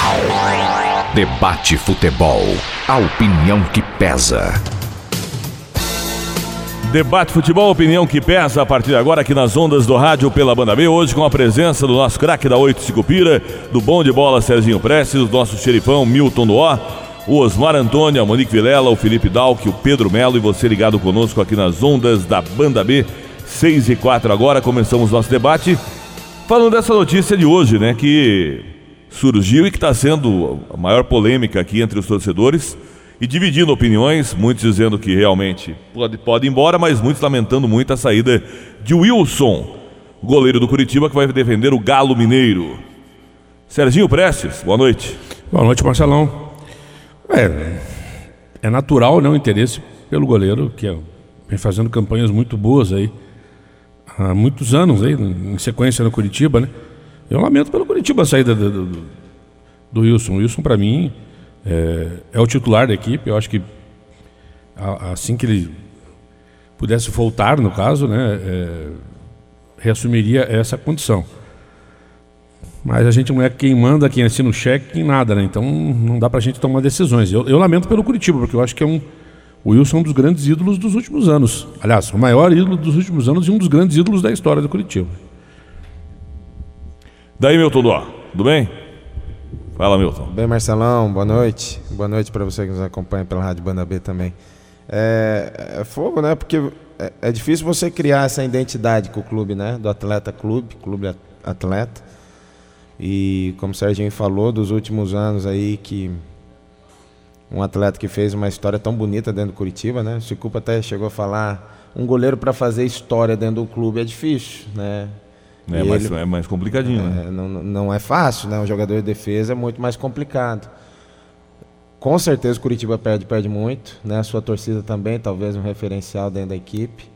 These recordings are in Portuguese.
Debate Futebol, a opinião que pesa. Debate Futebol, opinião que pesa, a partir de agora aqui nas ondas do rádio pela Banda B, hoje com a presença do nosso craque da 8 Sicupira, do bom de bola Serginho Prestes, do nosso xerifão Milton Doó, o Osmar Antônio, a Monique Vilela, o Felipe Dalck, o Pedro Melo e você ligado conosco aqui nas ondas da Banda B, 6:04 agora, começamos nosso debate, falando dessa notícia de hoje, né, que surgiu e que está sendo a maior polêmica aqui entre os torcedores, e dividindo opiniões, muitos dizendo que realmente pode ir embora, mas muitos lamentando muito a saída de Wilson, goleiro do Curitiba, que vai defender o Galo Mineiro. Serginho Prestes, boa noite. Boa noite, Marcelão. É natural, né, o interesse pelo goleiro, que vem fazendo campanhas muito boas aí, há muitos anos aí, em sequência no Curitiba, né? Eu lamento pelo Curitiba a saída do Wilson. O Wilson, para mim, é o titular da equipe. Eu acho que assim que ele pudesse voltar, no caso, né, reassumiria essa condição. Mas a gente não é quem manda, quem assina o cheque, quem nada, né? Então não dá pra gente tomar decisões. Eu lamento pelo Curitiba, porque eu acho que o Wilson é um dos grandes ídolos dos últimos anos. Aliás, o maior ídolo dos últimos anos e um dos grandes ídolos da história do Curitiba. Daí, Milton Doó, tudo bem? Fala, Milton. Bem, Marcelão, boa noite. Boa noite para você que nos acompanha pela Rádio Banda B também. É fogo, né? Porque é difícil você criar essa identidade com o clube, né? Do atleta clube atleta. E como o Serginho falou, dos últimos anos aí, que um atleta que fez uma história tão bonita dentro do Curitiba, né? O Cicupa até chegou a falar, um goleiro para fazer história dentro do clube é difícil, né? É mais complicadinho, né? Não é fácil, né? Um jogador de defesa é muito mais complicado. Com certeza o Curitiba perde muito, né? A sua torcida também, talvez um referencial dentro da equipe.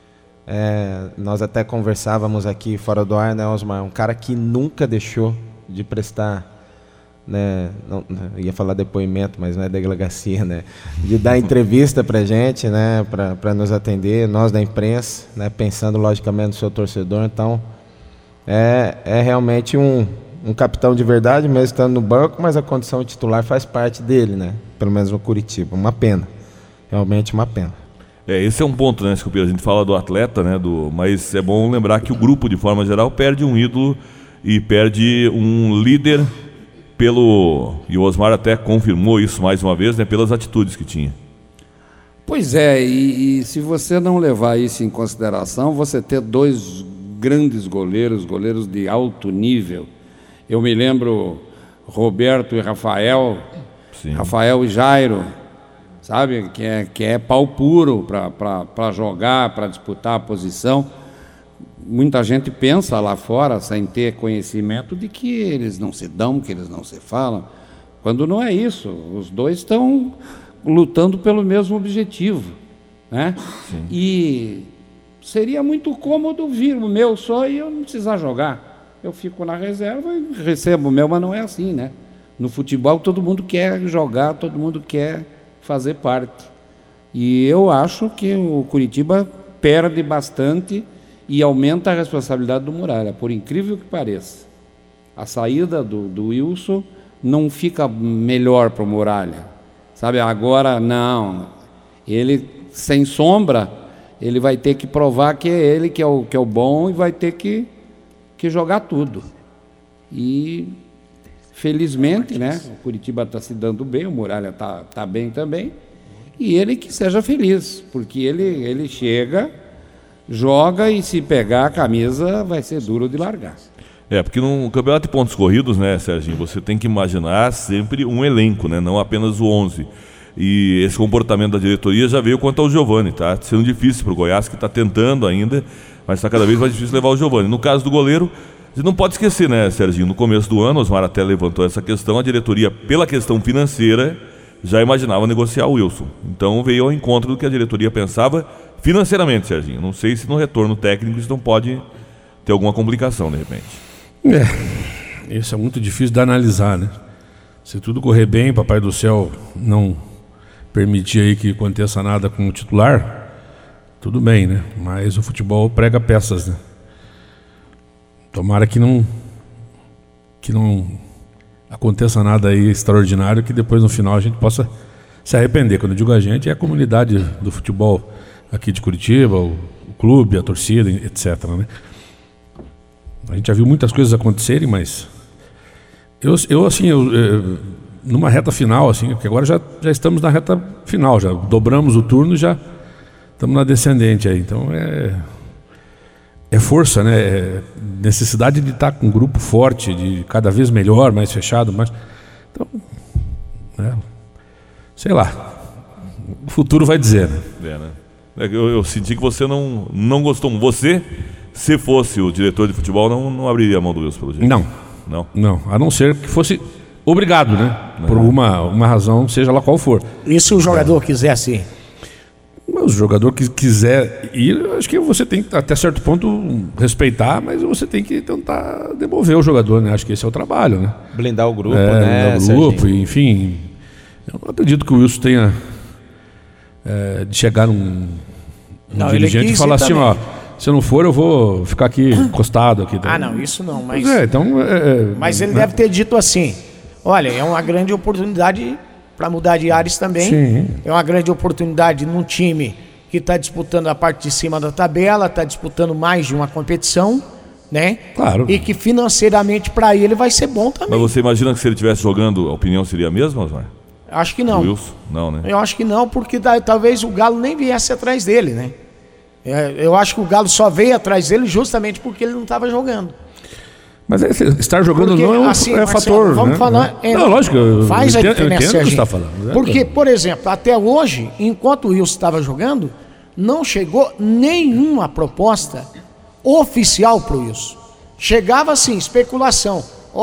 Nós até conversávamos aqui fora do ar, né, Osmar? Um cara que nunca deixou de prestar, né? Não, ia falar depoimento, mas não é delegacia, né? De dar entrevista pra gente, né? Pra nos atender, nós da imprensa, né? Pensando logicamente no seu torcedor, então... É realmente um capitão de verdade, mesmo estando no banco, mas a condição de titular faz parte dele, né? Pelo menos no Curitiba. Uma pena. Realmente uma pena. Esse é um ponto, né, Scupira? A gente fala do atleta, né? Mas é bom lembrar que o grupo, de forma geral, perde um ídolo e perde um líder e o Osmar até confirmou isso mais uma vez, né? Pelas atitudes que tinha. Pois é, e se você não levar isso em consideração, você ter dois grandes goleiros de alto nível. Eu me lembro Roberto e Rafael, sim. Rafael e Jairo, sabe? Que é pau puro para jogar, para disputar a posição. Muita gente pensa lá fora, sem ter conhecimento, de que eles não se dão, que eles não se falam, quando não é isso. Os dois estão lutando pelo mesmo objetivo, né? Sim. E seria muito cômodo vir o meu só e eu não precisar jogar. Eu fico na reserva e recebo o meu, mas não é assim, né? No futebol todo mundo quer jogar, todo mundo quer fazer parte. E eu acho que o Curitiba perde bastante e aumenta a responsabilidade do Muralha, por incrível que pareça. A saída do Wilson não fica melhor para o Muralha. Sabe, agora não. Ele, sem sombra, ele vai ter que provar que é ele que é o bom e vai ter que jogar tudo. E, felizmente, né, o Curitiba está se dando bem, o Muralha tá bem também, e ele que seja feliz, porque ele chega, joga e se pegar a camisa vai ser duro de largar. Porque no campeonato de pontos corridos, né, Serginho, você tem que imaginar sempre um elenco, né, não apenas o 11. E esse comportamento da diretoria já veio quanto ao Giovani, tá sendo difícil para o Goiás, que está tentando ainda, mas está cada vez mais difícil levar o Giovani. No caso do goleiro, você não pode esquecer, né, Serginho, no começo do ano, Osmar até levantou essa questão, a diretoria, pela questão financeira, já imaginava negociar o Wilson. Então veio ao encontro do que a diretoria pensava financeiramente, Serginho. Não sei se no retorno técnico isso não pode ter alguma complicação, de repente. Isso é muito difícil de analisar, né? Se tudo correr bem, Papai do Céu não permitir aí que aconteça nada com o titular, tudo bem, né? Mas o futebol prega peças, né? Tomara que não aconteça nada aí extraordinário que depois no final a gente possa se arrepender. Quando eu digo a gente, é a comunidade do futebol aqui de Curitiba, o clube, a torcida, etc. Né? A gente já viu muitas coisas acontecerem, mas eu numa reta final, assim, porque agora já estamos na reta final, já dobramos o turno e já estamos na descendente aí. Então é força, né? É necessidade de estar com um grupo forte, de cada vez melhor, mais fechado, mais. Então, sei lá. O futuro vai dizer, né? Eu senti que você não gostou. Você, se fosse o diretor de futebol, não abriria a mão do Wilson pelo jeito. Não. A não ser que fosse obrigado, né? Por uma razão, seja lá qual for. E se o jogador quisesse? Mas o jogador que quiser ir, acho que você tem que, até certo ponto, respeitar, mas você tem que tentar devolver o jogador, né? Acho que esse é o trabalho, né? Blindar o grupo, né? Blindar o grupo, enfim. Eu não acredito que o Wilson tenha de chegar num dirigente e falar assim, ó, se eu não for, eu vou ficar aqui encostado aqui. Ah, não, isso não, mas... Mas ele deve ter dito assim, olha, é uma grande oportunidade para mudar de ares também. Sim. É uma grande oportunidade num time que está disputando a parte de cima da tabela, está disputando mais de uma competição, né? Claro. E que financeiramente para ele vai ser bom também. Mas você imagina que se ele estivesse jogando, a opinião seria a mesma, Osmar? Acho que não. O Wilson? Não, né? Eu acho que não, porque talvez o Galo nem viesse atrás dele, né? Eu acho que o Galo só veio atrás dele justamente porque ele não estava jogando. Mas estar jogando porque, não é Marcelo, fator, vamos né? falar... Não, lógico, faz a diferença, eu entendo o que você está falando. Porque, por exemplo, até hoje, enquanto o Wilson estava jogando, não chegou nenhuma proposta oficial para o Wilson. Chegava assim, especulação.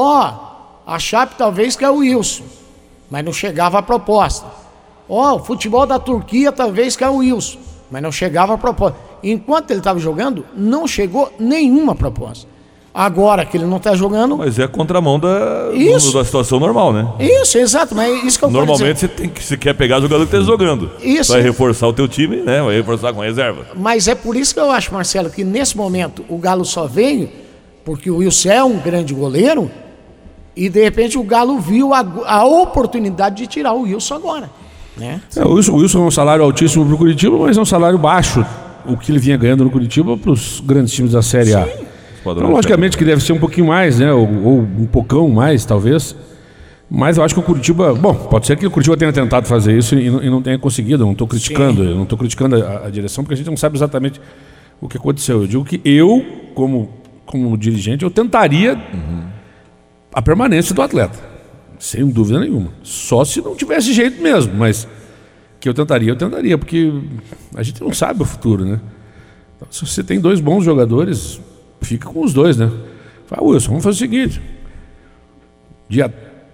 A Chape talvez quer o Wilson, mas não chegava a proposta. O futebol da Turquia talvez quer o Wilson, mas não chegava a proposta. Enquanto ele estava jogando, não chegou nenhuma proposta. Agora que ele não está jogando... Mas é contramão da situação normal, né? Isso, exato, mas é isso que eu quero dizer. Normalmente você quer pegar jogador que esteja jogando. Isso. Vai reforçar o teu time, né? Vai reforçar com a reserva. Mas é por isso que eu acho, Marcelo, que nesse momento o Galo só veio porque o Wilson é um grande goleiro e de repente o Galo viu a oportunidade de tirar o Wilson agora, né? O Wilson é um salário altíssimo para o Curitiba, mas é um salário baixo, o que ele vinha ganhando no Curitiba para os grandes times da Série A. Então, logicamente que deve ser um pouquinho mais, né? Ou um pocão mais, talvez. Mas eu acho que o Curitiba... Bom, pode ser que o Curitiba tenha tentado fazer isso e não tenha conseguido. Eu não estou criticando. Sim. Eu não estou criticando a direção, porque a gente não sabe exatamente o que aconteceu. Eu digo que eu, como dirigente, eu tentaria a permanência do atleta. Sem dúvida nenhuma. Só se não tivesse jeito mesmo. Mas que eu tentaria, porque a gente não sabe o futuro, né? Então, se você tem dois bons jogadores... Fica com os dois, né? Fala, Wilson, vamos fazer o seguinte. Dia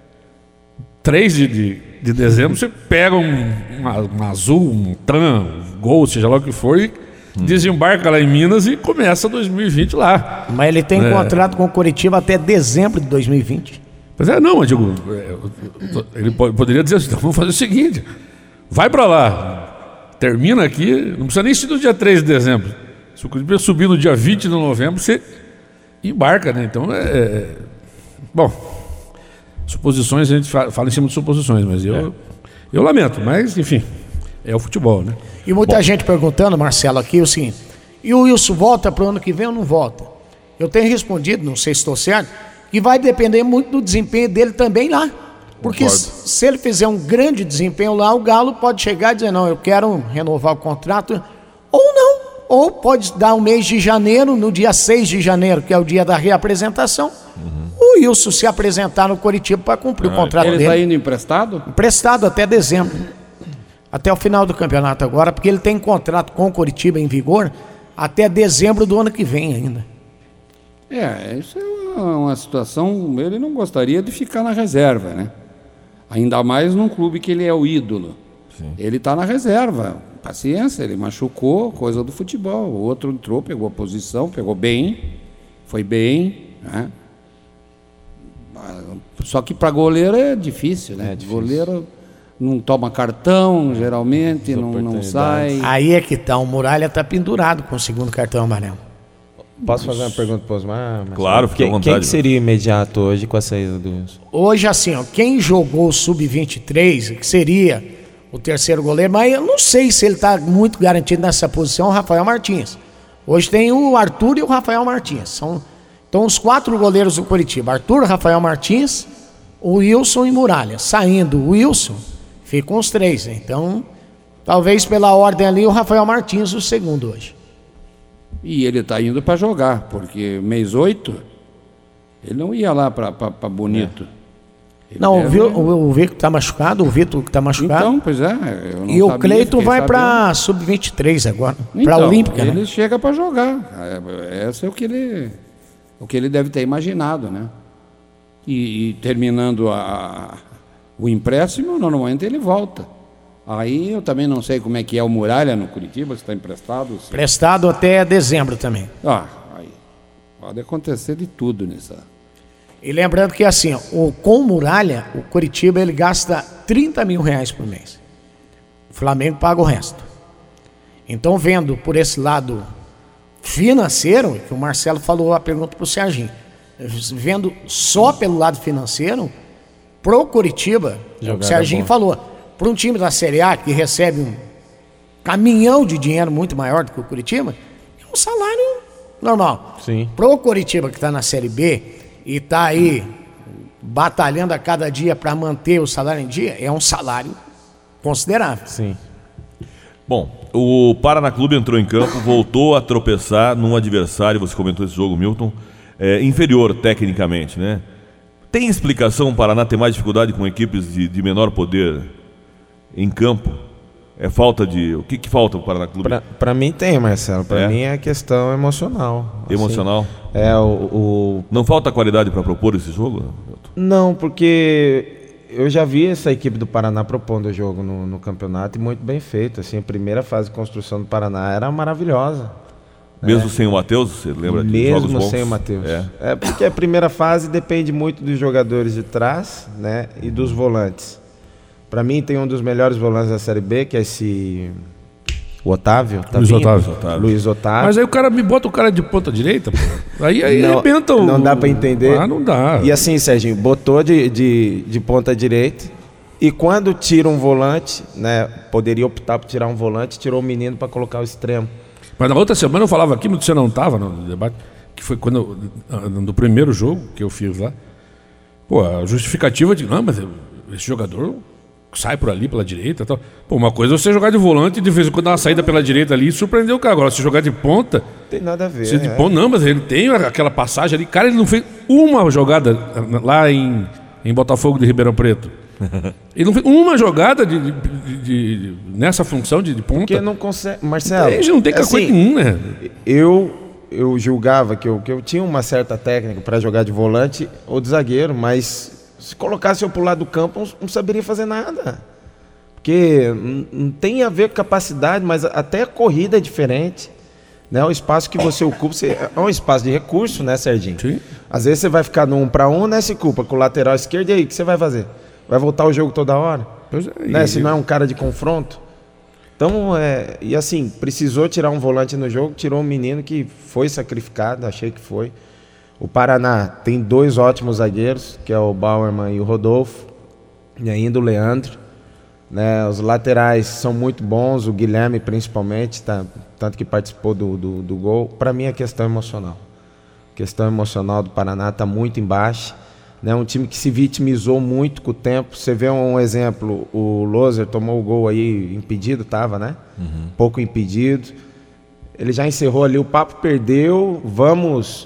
3 de dezembro, você pega um azul, um tram, um gol, seja lá o que for, e desembarca lá em Minas e começa 2020 lá. Mas ele tem contrato com o Curitiba até dezembro de 2020. Mas eu digo, ele poderia dizer assim, então vamos fazer o seguinte, vai pra lá, termina aqui, não precisa nem ser no dia 3 de dezembro. Se o Curitiba subir no dia 20 de novembro, você embarca, né? Então, bom, suposições, a gente fala em cima de suposições, mas eu lamento, mas, enfim, é o futebol, né? E muita gente perguntando, Marcelo, aqui o seguinte, e o Wilson volta para o ano que vem ou não volta? Eu tenho respondido, não sei se estou certo, que vai depender muito do desempenho dele também lá. Porque se ele fizer um grande desempenho lá, o Galo pode chegar e dizer, não, eu quero renovar o contrato, ou não. Ou pode dar um mês de janeiro, no dia 6 de janeiro, que é o dia da reapresentação, o Wilson se apresentar no Curitiba para cumprir o contrato dele. Ele está indo emprestado? Emprestado até dezembro. Até o final do campeonato agora, porque ele tem contrato com o Curitiba em vigor até dezembro do ano que vem ainda. Isso é uma situação... Ele não gostaria de ficar na reserva, né? Ainda mais num clube que ele é o ídolo. Sim. Ele está na reserva. Paciência, ele machucou, coisa do futebol. O outro entrou, pegou a posição, pegou bem, foi bem, né? Só que para goleiro é difícil, né? Goleiro não toma cartão, geralmente, não sai. Aí é que tá, o Muralha tá pendurado com o segundo cartão amarelo. Posso fazer uma pergunta para o Osmar? Claro, fica à vontade. Quem que seria imediato hoje com a saída do Wilson? Hoje, assim, ó, quem jogou o Sub-23, que seria o terceiro goleiro, mas eu não sei se ele está muito garantido nessa posição, o Rafael Martins. Hoje tem o Arthur e o Rafael Martins. Então, os 4 goleiros do Coritiba: Arthur, Rafael Martins, o Wilson e Muralha. Saindo o Wilson, ficam os 3. Então, talvez pela ordem ali, o Rafael Martins, o segundo hoje. E ele está indo para jogar, porque mês 8, ele não ia lá para Bonito. Não, o Vitor está machucado, Então, pois é. Eu não e o sabia, Cleiton vai sabendo. para Sub-23 agora, para Então, a Olímpica. Ele né? chega para jogar. Esse é o que ele deve ter imaginado, né? E terminando o empréstimo, normalmente ele volta. Aí eu também não sei como é que é o Muralha no Curitiba, se está emprestado. Se... Prestado até dezembro também. Aí pode acontecer de tudo nisso. E lembrando que assim, ó, com o Muralha, o Coritiba ele gasta R$30 mil por mês. O Flamengo paga o resto. Então, vendo por esse lado financeiro, que o Marcelo falou a pergunta para o Serginho, só pelo lado financeiro, pro Coritiba, o Serginho falou, para um time da Série A que recebe um caminhão de dinheiro muito maior do que o Coritiba, é um salário normal. Sim. Pro Coritiba que está na Série B e está aí batalhando a cada dia para manter o salário em dia, é um salário considerável. Sim. Bom, o Paraná Clube entrou em campo, voltou a tropeçar num adversário, você comentou esse jogo, Milton, inferior tecnicamente, né? Tem explicação o Paraná ter mais dificuldade com equipes de menor poder em campo? É falta de... O que falta o Paraná Clube? Para mim tem, Marcelo. Para mim é questão emocional. Emocional? Assim, Não falta qualidade para propor esse jogo, Milton? Não, porque eu já vi essa equipe do Paraná propondo o jogo no campeonato e muito bem feito. Assim, a primeira fase de construção do Paraná era maravilhosa. Mesmo sem o Matheus, você lembra de jogos bons? Mesmo sem o Matheus. É porque a primeira fase depende muito dos jogadores de trás, né, e dos volantes. Para mim tem um dos melhores volantes da Série B, que é o Otávio. Luiz Otávio. Mas aí o cara me bota o cara de ponta direita, pô. Aí arrebenta o... Não dá para entender. Não dá. E assim, Serginho, botou de ponta direita e quando tira um volante, né, poderia optar por tirar um volante, tirou o menino para colocar o extremo. Mas na outra semana eu falava aqui, mas você não estava no debate, que foi quando no primeiro jogo que eu fiz lá. Pô, a justificativa de, não, mas esse jogador sai por ali pela direita e tal. Pô, uma coisa é você jogar de volante e de vez em quando dar uma saída pela direita ali e surpreender o cara. Agora, se jogar de ponta... Não tem nada a ver. Se de ponta, não, mas ele tem aquela passagem ali. Cara, ele não fez uma jogada lá em Botafogo de Ribeirão Preto. Ele não fez uma jogada nessa função de ponta. Porque não consegue... Marcelo... Não tem cacoete nenhum, né? Eu julgava que eu tinha uma certa técnica para jogar de volante ou de zagueiro, mas se colocasse eu pro lado do campo, não saberia fazer nada. Porque não tem a ver com capacidade, mas até a corrida é diferente. Né? O espaço que você ocupa é um espaço de recurso, né, Serginho? Sim. Às vezes você vai ficar no 1 para 1, né, se culpa com o lateral esquerdo, e aí, o que você vai fazer? Vai voltar o jogo toda hora? Pois é, né? Se não é um cara de confronto. Então, e assim, precisou tirar um volante no jogo, tirou um menino que foi sacrificado, achei que foi. O Paraná tem 2 ótimos zagueiros, que é o Bauerman e o Rodolfo, e ainda o Leandro. Né? Os laterais são muito bons, o Guilherme principalmente, tanto que participou do gol. Para mim, a questão emocional. A questão emocional do Paraná está muito embaixo. Né? Um time que se vitimizou muito com o tempo. Você vê um exemplo, o Loser tomou o gol aí impedido, estava, né? Uhum. Pouco impedido. Ele já encerrou ali, o papo perdeu, vamos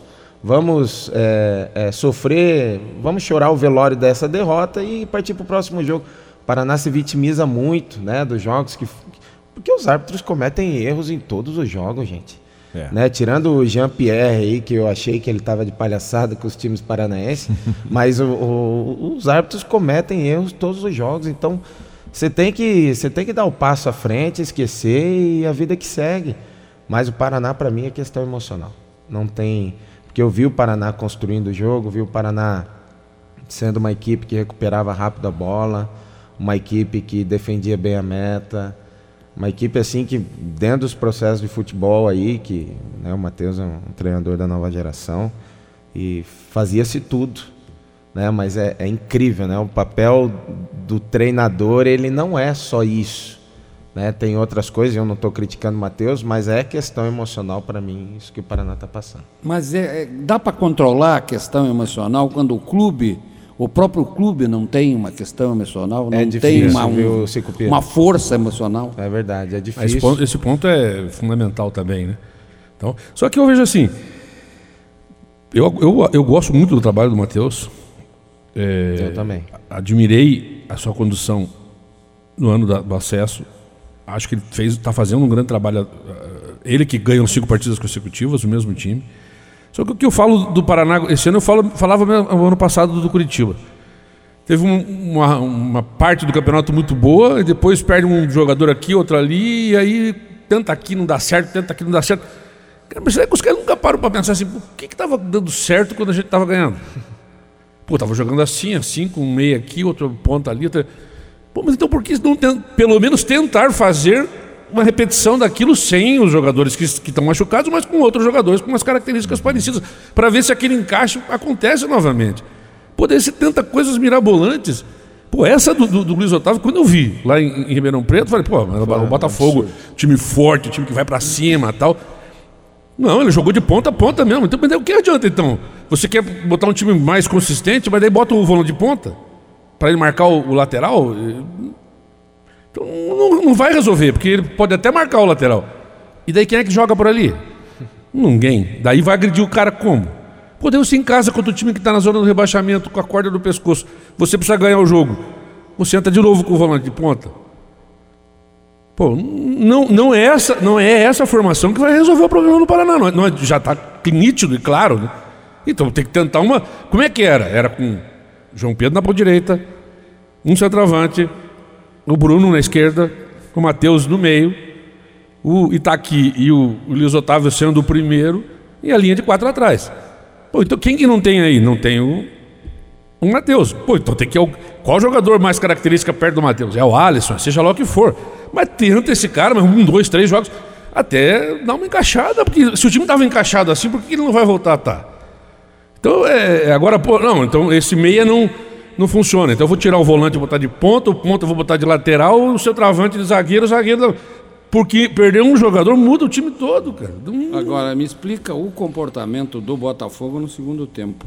sofrer, vamos chorar o velório dessa derrota e partir para o próximo jogo. O Paraná se vitimiza muito, né, dos jogos, porque os árbitros cometem erros em todos os jogos, gente. Né? Tirando o Jean-Pierre aí, que eu achei que ele estava de palhaçada com os times paranaenses, mas os árbitros cometem erros em todos os jogos, então você tem que dar o passo à frente, esquecer e a vida que segue. Mas o Paraná, para mim, é questão emocional. Não tem... Porque eu vi o Paraná construindo o jogo, vi o Paraná sendo uma equipe que recuperava rápido a bola, uma equipe que defendia bem a meta, Uma equipe assim que, dentro dos processos de futebol aí, que, né, o Matheus é um treinador da nova geração, e fazia-se tudo, né? Mas é incrível, né? O papel do treinador, ele não é só isso, né? Tem outras coisas, eu não estou criticando o Matheus, mas é questão emocional para mim, isso que o Paraná está passando. Mas dá para controlar a questão emocional quando o próprio clube não tem uma questão emocional, não tem uma força emocional? É verdade, é difícil. Esse ponto é fundamental também, né? Então, só que eu vejo assim, eu gosto muito do trabalho do Matheus. Eu também. Admirei a sua condução no ano do acesso. Acho que ele está fazendo um grande trabalho. Ele que ganhou 5 partidas consecutivas, o mesmo time. Só que o que eu falo do Paraná, esse ano eu falava no ano passado do Curitiba. Teve uma parte do campeonato muito boa, e depois perde um jogador aqui, outro ali, e aí tenta aqui, não dá certo, tenta aqui, não dá certo. Mas será que os caras nunca param para pensar assim, o que estava dando certo quando a gente estava ganhando? Pô, tava jogando assim, com um meio aqui, outro ponta ali, outra... Pô, mas então por que não pelo menos tentar fazer uma repetição daquilo sem os jogadores que estão machucados, mas com outros jogadores com umas características parecidas, para ver se aquele encaixe acontece novamente. Pô, daí você tenta coisas mirabolantes. Pô, essa do Luiz Otávio, quando eu vi lá em Ribeirão Preto, falei, pô, o Botafogo, time forte, time que vai para cima e tal. Não, ele jogou de ponta a ponta mesmo. Então, mas daí o que adianta então? Você quer botar um time mais consistente, mas daí bota o volante de ponta para ele marcar o lateral? Então não vai resolver, porque ele pode até marcar o lateral. E daí quem é que joga por ali? Ninguém. Daí vai agredir o cara como? Pô, daí você em casa contra o time que está na zona do rebaixamento, com a corda no pescoço, você precisa ganhar o jogo. Você entra de novo com o volante de ponta. Pô, não é essa formação que vai resolver o problema no Paraná. Não, já está nítido e claro, né? Então tem que tentar uma... Como é que era? Era com João Pedro na ponta direita, um centroavante, o Bruno na esquerda, o Matheus no meio, o Itaqui e o Luiz Otávio sendo o primeiro, e a linha de 4 atrás. Pô, então quem que não tem aí? Não tem o Matheus. Pô, então tem que... Qual jogador mais característica perto do Matheus? É o Alisson, seja lá o que for. Mas tenta esse cara, mas 1, 2, 3 jogos, até dar uma encaixada, porque se o time estava encaixado assim, por que ele não vai voltar a estar? Então, agora, pô, não, então esse meia não funciona. Então eu vou tirar o volante e botar de ponta, o ponta eu vou botar de lateral, o seu travante de zagueiro, o zagueiro... Porque perder um jogador muda o time todo, cara. Agora, me explica o comportamento do Botafogo no segundo tempo.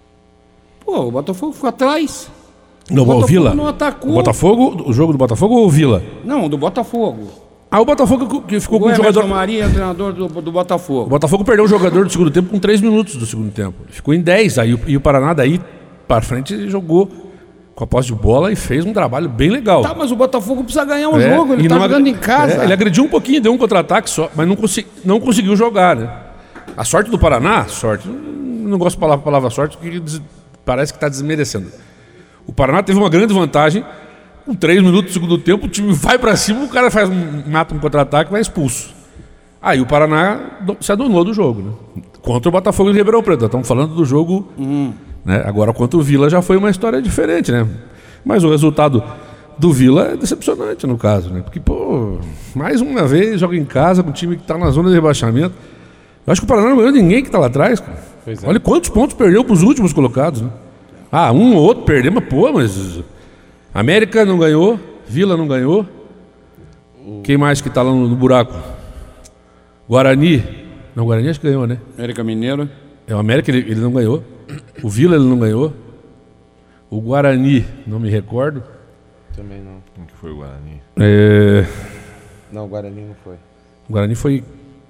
Pô, o Botafogo ficou atrás. Não, o Vila? Não atacou. O Botafogo, o jogo do Botafogo ou o Vila? Não, do Botafogo. O Botafogo que ficou com o jogador... Maria é o treinador do Botafogo. O Botafogo perdeu o jogador do segundo tempo com 3 minutos do segundo tempo. Ficou em 10, e o Paraná daí para frente jogou com a posse de bola e fez um trabalho bem legal. Tá, mas o Botafogo precisa ganhar um jogo, ele tá jogando em casa. Ele agrediu um pouquinho, deu um contra-ataque só, mas não conseguiu jogar, né? A sorte do Paraná, não gosto de falar a palavra sorte, porque parece que está desmerecendo. O Paraná teve uma grande vantagem, com 3 minutos do segundo tempo, o time vai para cima, o cara mata um contra-ataque e vai expulso. Aí o Paraná se adonou do jogo, né? Contra o Botafogo de Ribeirão Preto. Estamos falando do jogo... Né? Agora contra o Vila já foi uma história diferente, né? Mas o resultado do Vila é decepcionante no caso, né? Porque, pô, mais uma vez joga em casa com um time que está na zona de rebaixamento. Eu acho que o Paraná não ganhou ninguém que está lá atrás, cara. Olha quantos pontos perdeu para os últimos colocados, né? Um ou outro perdeu, mas América não ganhou, Vila não ganhou. Quem mais que está lá no buraco? Guarani. Não, Guarani acho que ganhou, né? América Mineiro. O América ele não ganhou. O Vila ele não ganhou. O Guarani, não me recordo. Também não. Quem que foi o Guarani? Não, o Guarani não foi. O Guarani foi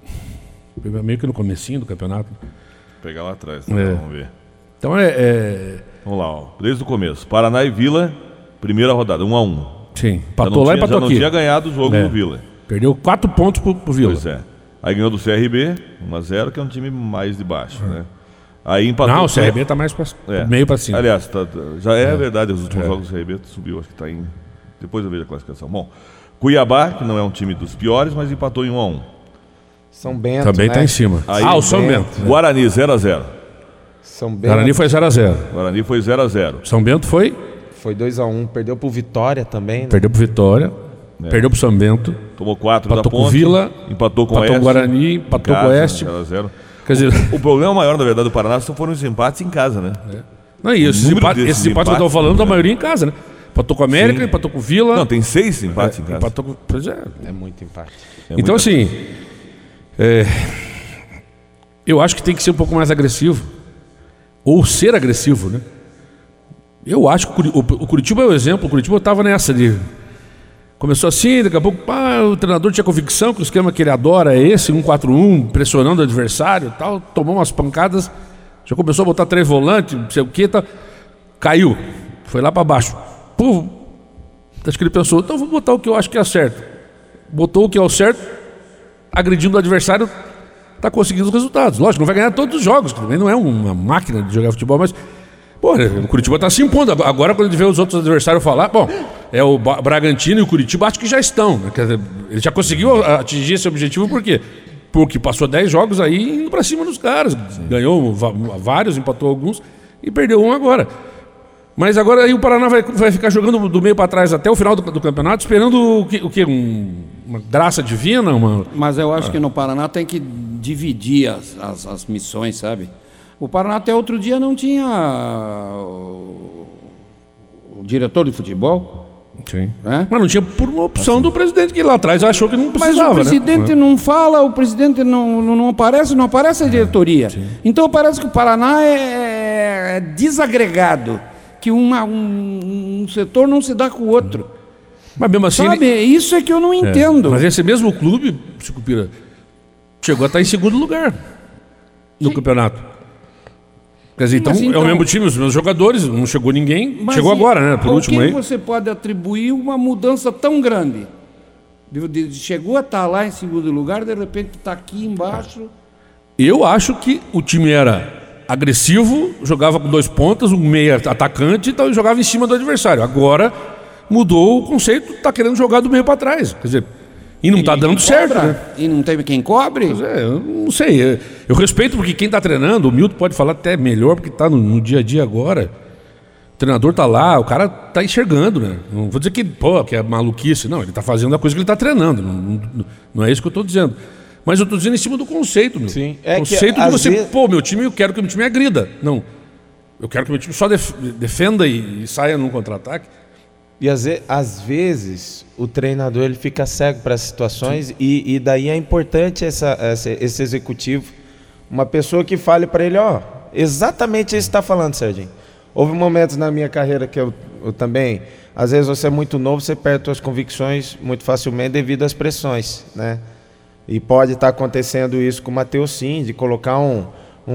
meio que no comecinho do campeonato. Vou pegar lá atrás, né? Vamos ver. Então Vamos lá, ó. Desde o começo. Paraná e Vila, primeira rodada, 1-1. Sim, empatou lá e empatou aqui. Já não tinha ganhado o jogo do Vila. Perdeu 4 pontos pro Vila. Pois é. Aí ganhou do CRB, 1-0, que é um time mais de baixo, né? Aí empatou. Não, o CRB tá mais meio para cima. Aliás, já é verdade, os últimos jogos do CRB subiu, acho que tá em... Depois eu vejo a classificação. Bom, Cuiabá, que não é um time dos piores, mas empatou em 1-1. São Bento, também né? tá em cima. Aí, o São Bento. Guarani, 0-0. São Bento. Guarani foi 0-0. Guarani foi 0-0. São Bento foi? Foi 2-1, perdeu pro Vitória também, né? Perdeu pro Vitória. Perdeu pro São Bento. Tomou 4 da empatou Ponte. Com Vila. Empatou com o Oeste. Empatou com o Guarani. Empatou com o Oeste. 0-0. Quer dizer... O problema maior, na verdade, do Paraná foram os empates em casa, né? Não, e esses empates que eu estou falando, a maioria em casa, né? Empatou com a América, Sim. Empatou com o Vila. Não, tem 6 empates em casa. Empatou com... Pois é. É muito empate. Então, assim... eu acho que tem que ser um pouco mais agressivo. Ou ser agressivo, né? Eu acho que o Curitiba é o exemplo. O Curitiba estava nessa de... Começou assim, daqui a pouco o treinador tinha convicção que o esquema que ele adora é esse, 1-4-1, pressionando o adversário e tal. Tomou umas pancadas, já começou a botar 3 volantes, não sei o que, tá, caiu, foi lá para baixo. Pô, acho que ele pensou, então vou botar o que eu acho que é certo. Botou o que é o certo, agredindo o adversário, tá conseguindo os resultados. Lógico, não vai ganhar todos os jogos, também não é uma máquina de jogar futebol, mas... Pô, o Curitiba tá se impondo. Agora, quando ele vê os outros adversários falar, bom, é o Bragantino e o Curitiba, acho que já estão. Né? Quer dizer, ele já conseguiu atingir esse objetivo, por quê? Porque passou 10 jogos aí indo pra cima dos caras. Sim. Ganhou vários, empatou alguns e perdeu um agora. Mas agora aí o Paraná vai ficar jogando do meio para trás até o final do campeonato, esperando o quê? Uma graça divina? Mas eu acho que no Paraná tem que dividir as missões, sabe? O Paraná até outro dia não tinha o diretor de futebol. Sim. Mas não tinha por uma opção do presidente, que lá atrás achou que não precisava. Mas o presidente não fala, o presidente não aparece a diretoria. Sim. Então parece que o Paraná é desagregado, que um setor não se dá com o outro. Mas mesmo assim... Sabe, isso é que eu não entendo. Mas esse mesmo clube, Sucupira, chegou a estar em segundo lugar no campeonato. Quer dizer, então é o mesmo time, os meus jogadores, não chegou ninguém, chegou agora, né? Por último aí. Por que você pode atribuir uma mudança tão grande? Chegou a estar lá em segundo lugar, de repente está aqui embaixo. Eu acho que o time era agressivo, jogava com 2 pontas, um meia atacante e tal, e jogava em cima do adversário. Agora mudou o conceito, está querendo jogar do meio para trás. Quer dizer, e não está dando certo, né? E não teve quem cobre? Pois é, eu não sei. Eu respeito porque quem está treinando, o Milton pode falar até melhor, porque está no dia a dia agora. O treinador está lá, o cara está enxergando, né? Não vou dizer que é maluquice, não. Ele está fazendo a coisa que ele está treinando. Não é isso que eu estou dizendo. Mas eu estou dizendo em cima do conceito, meu. Sim. É conceito que, de você, vezes... meu time, eu quero que o meu time agrida. Não. Eu quero que o meu time só defenda e saia num contra-ataque. E às vezes o treinador ele fica cego para as situações e daí é importante esse executivo, uma pessoa que fale para ele, exatamente isso que está falando, Serginho. Houve momentos na minha carreira que eu também, às vezes você é muito novo, você perde suas convicções muito facilmente devido às pressões, né? E pode estar acontecendo isso com o Matheus, sim, de colocar um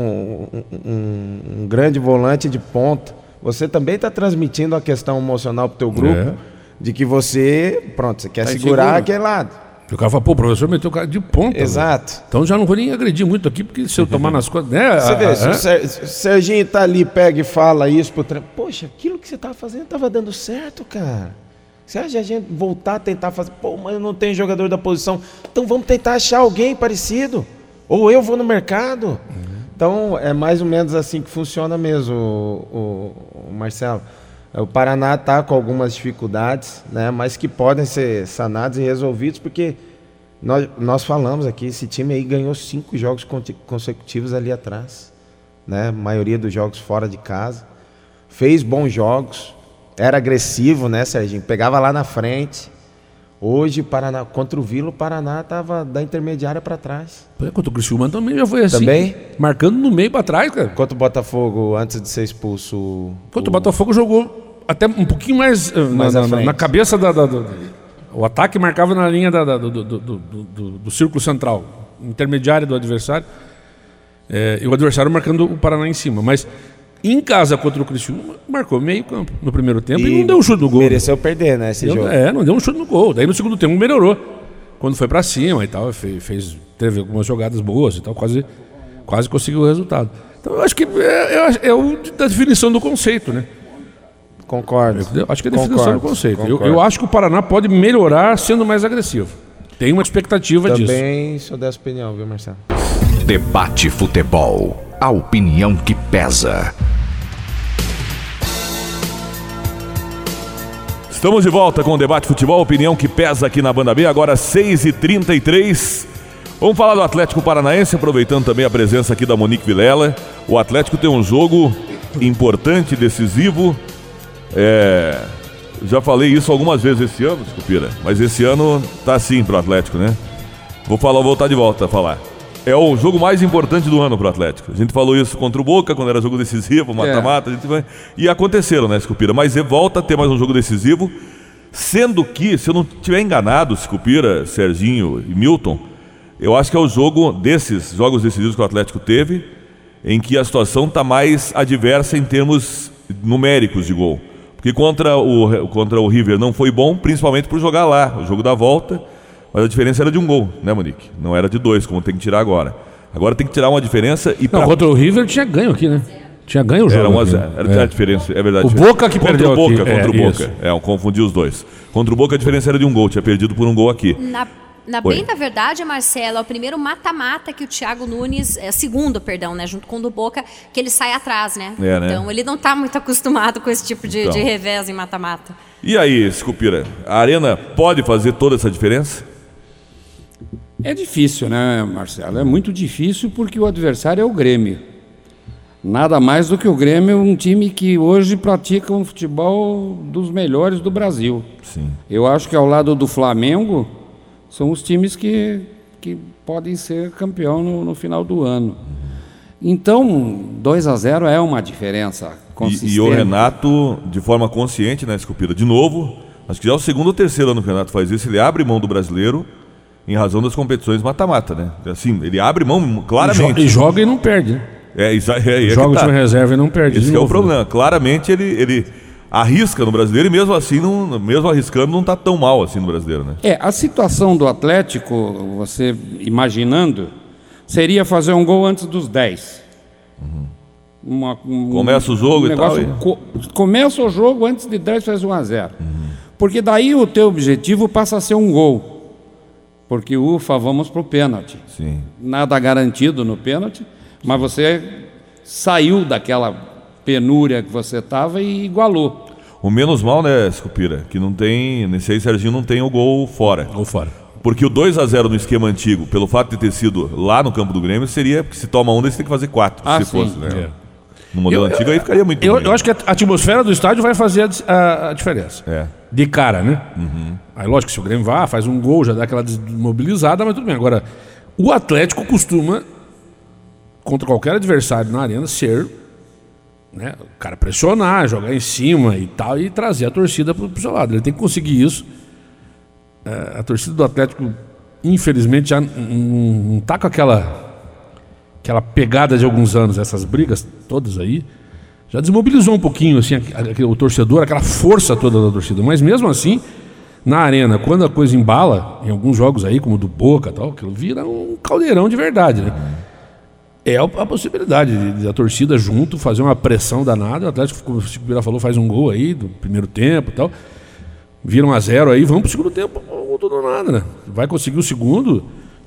grande volante de ponta. Você também está transmitindo a questão emocional para o teu grupo, de que você quer segurar aquele lado. O cara fala, o professor meteu o cara de ponta. Exato. Né? Então já não vou nem agredir muito aqui, porque se eu tomar nas costas... Né, você vê, se o Serginho está ali, pega e fala isso pro treino. Poxa, aquilo que você estava fazendo estava dando certo, cara. Você acha a gente voltar a tentar fazer... Pô, mas eu não tenho jogador da posição. Então vamos tentar achar alguém parecido. Ou eu vou no mercado. Então, é mais ou menos assim que funciona mesmo, o Marcelo. O Paraná está com algumas dificuldades, né, mas que podem ser sanados e resolvidos, porque nós falamos aqui, esse time aí ganhou 5 jogos consecutivos ali atrás, né, maioria dos jogos fora de casa, fez bons jogos, era agressivo, né, Serginho? Pegava lá na frente. Hoje, Paraná, contra o Vila, o Paraná estava da intermediária para trás. Contra o Criciúma também já foi assim. Também? Marcando no meio para trás, cara. Contra o Botafogo, antes de ser expulso... Contra o Botafogo jogou até um pouquinho mais na cabeça o ataque marcava na linha do círculo central, intermediário do adversário. E o adversário marcando o Paraná em cima. Mas... Em casa contra o Criciúma, marcou meio campo no primeiro tempo e não deu um chute no gol. Mereceu perder, né, esse jogo. Não deu um chute no gol. Daí no segundo tempo melhorou. Quando foi pra cima e tal, teve algumas jogadas boas e tal, quase conseguiu o resultado. Então eu acho que é da definição do conceito, né? Concordo. Acho que é a definição do conceito. Eu acho que o Paraná pode melhorar sendo mais agressivo. Tem uma expectativa disso. Também sou dessa opinião, viu, Marcelo? Debate Futebol. A opinião que pesa. Estamos de volta com o Debate Futebol, opinião que pesa aqui na Banda B, agora 6h33. Vamos falar do Atlético Paranaense, aproveitando também a presença aqui da Monique Vilela. O Atlético tem um jogo importante, decisivo. Já falei isso algumas vezes esse ano, Scupira, mas esse ano tá assim pro Atlético, né? Vou voltar de volta a falar. É o jogo mais importante do ano pro Atlético. A gente falou isso contra o Boca, quando era jogo decisivo, mata-mata, e aconteceram, né, Scupira? Mas volta a ter mais um jogo decisivo, sendo que, se eu não estiver enganado, Scupira, Serginho e Milton, eu acho que é o jogo desses jogos decisivos que o Atlético teve, em que a situação está mais adversa em termos numéricos de gol. Porque contra o River não foi bom, principalmente por jogar lá, o jogo da volta. Mas a diferença era de um gol, né, Monique? Não era de 2, como tem que tirar agora. Agora tem que tirar uma diferença e... Não, contra o River tinha ganho aqui, né? Tinha ganho o jogo. Era 1-0. Era a diferença, é verdade. O Boca que perdeu aqui. Contra o Boca. Eu confundi os dois. Contra o Boca a diferença era de um gol, tinha perdido por um gol aqui. Bem da verdade, Marcelo, é o primeiro mata-mata que o Thiago Nunes, segundo, perdão, né, junto com o do Boca, que ele sai atrás, né? Então ele não está muito acostumado com esse tipo de revés em mata-mata. E aí, Scupira, a Arena pode fazer toda essa diferença? É difícil, né, Marcelo? É muito difícil porque o adversário é o Grêmio. Nada mais do que o Grêmio, um time que hoje pratica um futebol dos melhores do Brasil. Sim. Eu acho que ao lado do Flamengo, são os times que podem ser campeão no final do ano. Então, 2-0 é uma diferença consistente. E o Renato, de forma consciente, né, Scupira, de novo, acho que já é o segundo ou terceiro ano que o Renato faz isso, ele abre mão do brasileiro em razão das competições mata-mata, né? Assim, ele abre mão claramente. E joga e não perde, né? Joga o time reserva e não perde. Esse é o problema. Claramente ele arrisca no brasileiro e mesmo assim, mesmo arriscando, não está tão mal assim no brasileiro, né? A situação do Atlético, você imaginando, seria fazer um gol antes dos 10. Começa o jogo e tal. Começa o jogo antes de 10, faz 1-0. Porque daí o teu objetivo passa a ser um gol. Porque vamos para o pênalti. Sim. Nada garantido no pênalti, mas você saiu daquela penúria que você estava e igualou. O menos mal, né, Scupira, que não tem, nesse aí Serginho não tem o gol fora. Porque o 2-0 no esquema antigo, pelo fato de ter sido lá no campo do Grêmio, seria, porque se toma um, daí você tem que fazer 4, se fosse, né? No modelo antigo aí ficaria muito eu acho que a atmosfera do estádio vai fazer a diferença. De cara, né? Aí lógico que se o Grêmio faz um gol, já dá aquela desmobilizada, mas tudo bem. Agora, o Atlético costuma, contra qualquer adversário na arena, ser, né, o cara pressionar, jogar em cima e tal, e trazer a torcida pro seu lado. Ele tem que conseguir isso. A torcida do Atlético, infelizmente, já não tá com aquela pegada de alguns anos, essas brigas todas aí, já desmobilizou um pouquinho assim, o torcedor, aquela força toda da torcida. Mas mesmo assim, na arena, quando a coisa embala, em alguns jogos aí, como o do Boca e tal, aquilo vira um caldeirão de verdade, né? É a possibilidade de a torcida junto fazer uma pressão danada. O Atlético, como o Chico Vira falou, faz um gol aí do primeiro tempo e tal. Vira 1-0 aí, vamos pro segundo tempo, não tudo nada, né? Vai conseguir o segundo,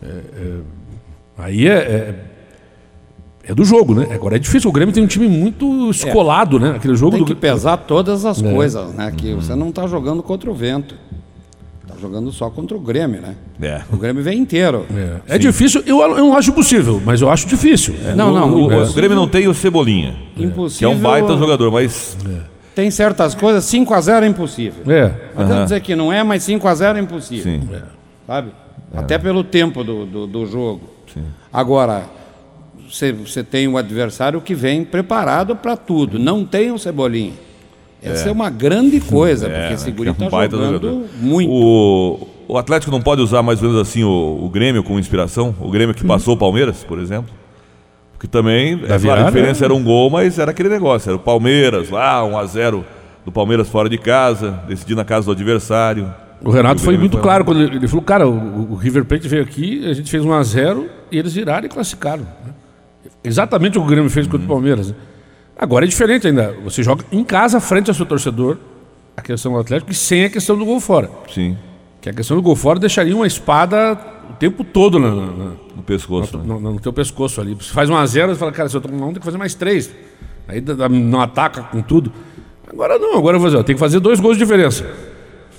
aí é do jogo, né? Agora é difícil, o Grêmio tem um time muito escolado, né? Aquele jogo tem que pesar todas as coisas, né? Que você não está jogando contra o vento. Está jogando só contra o Grêmio, né? O Grêmio vem inteiro. É difícil, eu não acho possível, mas eu acho difícil. O Grêmio não tem o Cebolinha, impossível, que é um baita jogador, mas... Tem certas coisas, 5-0 é impossível. Não quero dizer que não é, mas 5-0 é impossível. Sim. Sabe? Até pelo tempo do jogo. Sim. Agora, você tem um adversário que vem preparado para tudo. Não tem o Cebolinha. Essa é uma grande coisa, porque esse guri está jogando muito. O Atlético não pode usar mais ou menos assim o Grêmio como inspiração? O Grêmio que passou o Palmeiras, por exemplo? Porque também, claro, a diferença era um gol, mas era aquele negócio. Era o Palmeiras lá, 1-0 do Palmeiras fora de casa, decidir na casa do adversário. O Renato foi muito claro quando ele falou, cara, o River Plate veio aqui, a gente fez 1-0 e eles viraram e classificaram. Exatamente o que o Grêmio fez contra o Palmeiras. Né? Agora é diferente ainda. Você joga em casa, frente ao seu torcedor, a questão do Atlético, e sem a questão do gol fora. Tem Que a questão do gol fora deixaria uma espada o tempo todo no pescoço. No teu pescoço ali. Você faz 1-0, você fala, cara, se eu tomar um, tem que fazer mais 3. Aí não ataca com tudo. Agora não, agora eu vou dizer, tem que fazer 2 gols de diferença.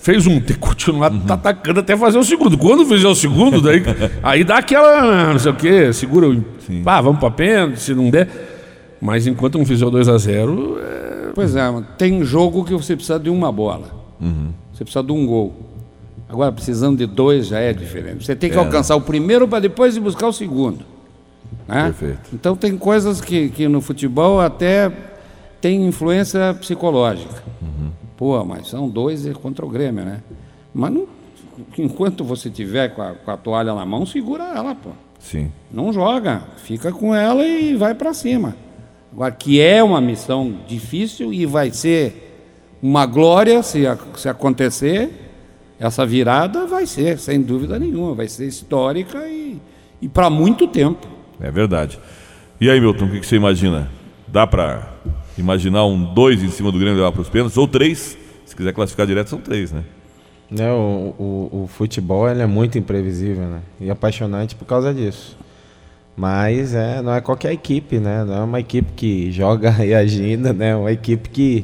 fez ter continuado atacando até fazer o segundo. Quando fizer o segundo, daí, aí dá aquela, não sei o quê, segura, vamos pra pênalti, se não der. Mas enquanto não fizer o 2-0... Pois é, tem jogo que você precisa de uma bola. Você precisa de um gol. Agora, precisando de 2 já é diferente. Você tem que alcançar o primeiro para depois ir buscar o segundo. Né? Perfeito. Então tem coisas que no futebol até tem influência psicológica. Pô, mas são 2 contra o Grêmio, né? Mas não, enquanto você tiver com a toalha na mão, segura ela, pô. Sim. Não joga, fica com ela e vai para cima. Agora, que é uma missão difícil e vai ser uma glória se acontecer, essa virada vai ser, sem dúvida nenhuma, vai ser histórica e para muito tempo. É verdade. E aí, Milton, o que você imagina? Dá para imaginar um 2 em cima do Grêmio levar para os pênaltis? Ou 3? Se quiser classificar direto, são 3, né? O futebol ele é muito imprevisível, né? E apaixonante por causa disso. Mas não é qualquer equipe, né? Não é uma equipe que joga reagindo, né? É uma equipe que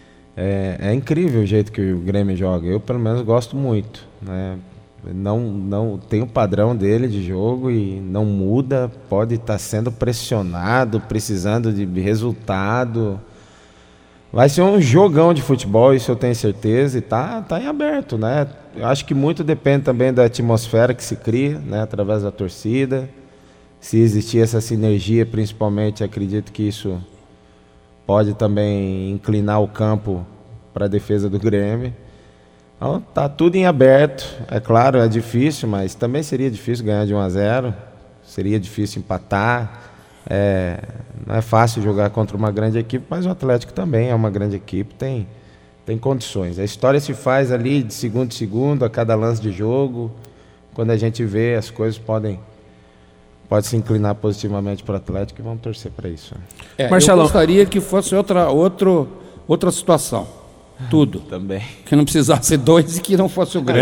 é incrível o jeito que o Grêmio joga. Eu, pelo menos, gosto muito, né? Não tem o padrão dele de jogo e não muda. Pode estar sendo pressionado, precisando de resultado. Vai ser um jogão de futebol, isso eu tenho certeza, e tá em aberto, né? Eu acho que muito depende também da atmosfera que se cria, né? Através da torcida. Se existir essa sinergia, principalmente, acredito que isso pode também inclinar o campo para a defesa do Grêmio. Então, tá tudo em aberto. É claro, é difícil, mas também seria difícil ganhar de 1-0. Seria difícil empatar. Não é fácil jogar contra uma grande equipe, mas o Atlético também é uma grande equipe, tem condições. A história se faz ali de segundo em segundo, a cada lance de jogo. Quando a gente vê, as coisas pode se inclinar positivamente para o Atlético e vamos torcer para isso. Marcelo, eu gostaria que fosse outra situação. Tudo. Também. Que não precisasse 2 e que não fosse o Grêmio.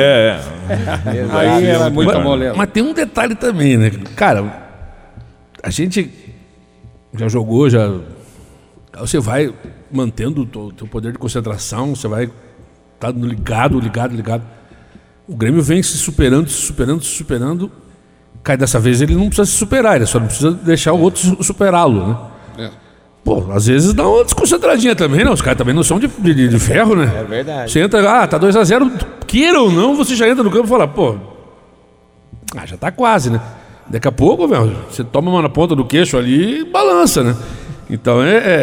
Aí era muito moleza. Mas tem um detalhe também, né? Cara, a gente já jogou, você vai mantendo o teu poder de concentração, você vai estar ligado. O Grêmio vem se superando. Cai dessa vez ele não precisa se superar, ele só não precisa deixar o outro superá-lo, né? Pô, às vezes dá uma desconcentradinha também, né? Os caras também não são de ferro, né? É verdade. Você entra, tá 2-0, queira ou não, você já entra no campo e fala, pô, já tá quase, né? Daqui a pouco, velho, você toma uma na ponta do queixo ali e balança, né? Então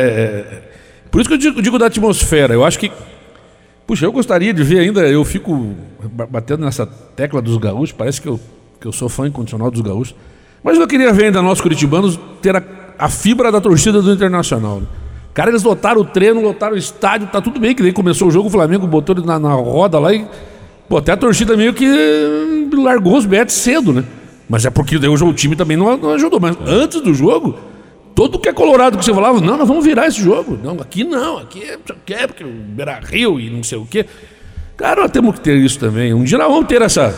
por isso que eu digo da atmosfera. Eu acho que, puxa, eu gostaria de ver ainda, eu fico batendo nessa tecla dos gaúchos, parece que eu sou fã incondicional dos gaúchos, mas eu queria ver ainda nós curitibanos ter a fibra da torcida do Internacional. Cara, eles lotaram o treino, lotaram o estádio, tá tudo bem, que daí começou o jogo, o Flamengo botou ele na roda lá e, pô, até a torcida meio que largou os betes cedo, né? Mas é porque daí o time também não ajudou. Mas antes do jogo, todo que é colorado que você falava, não, nós vamos virar esse jogo. Não, aqui é porque o Beira-Rio e não sei o quê. Cara, nós temos que ter isso também. Um dia nós vamos ter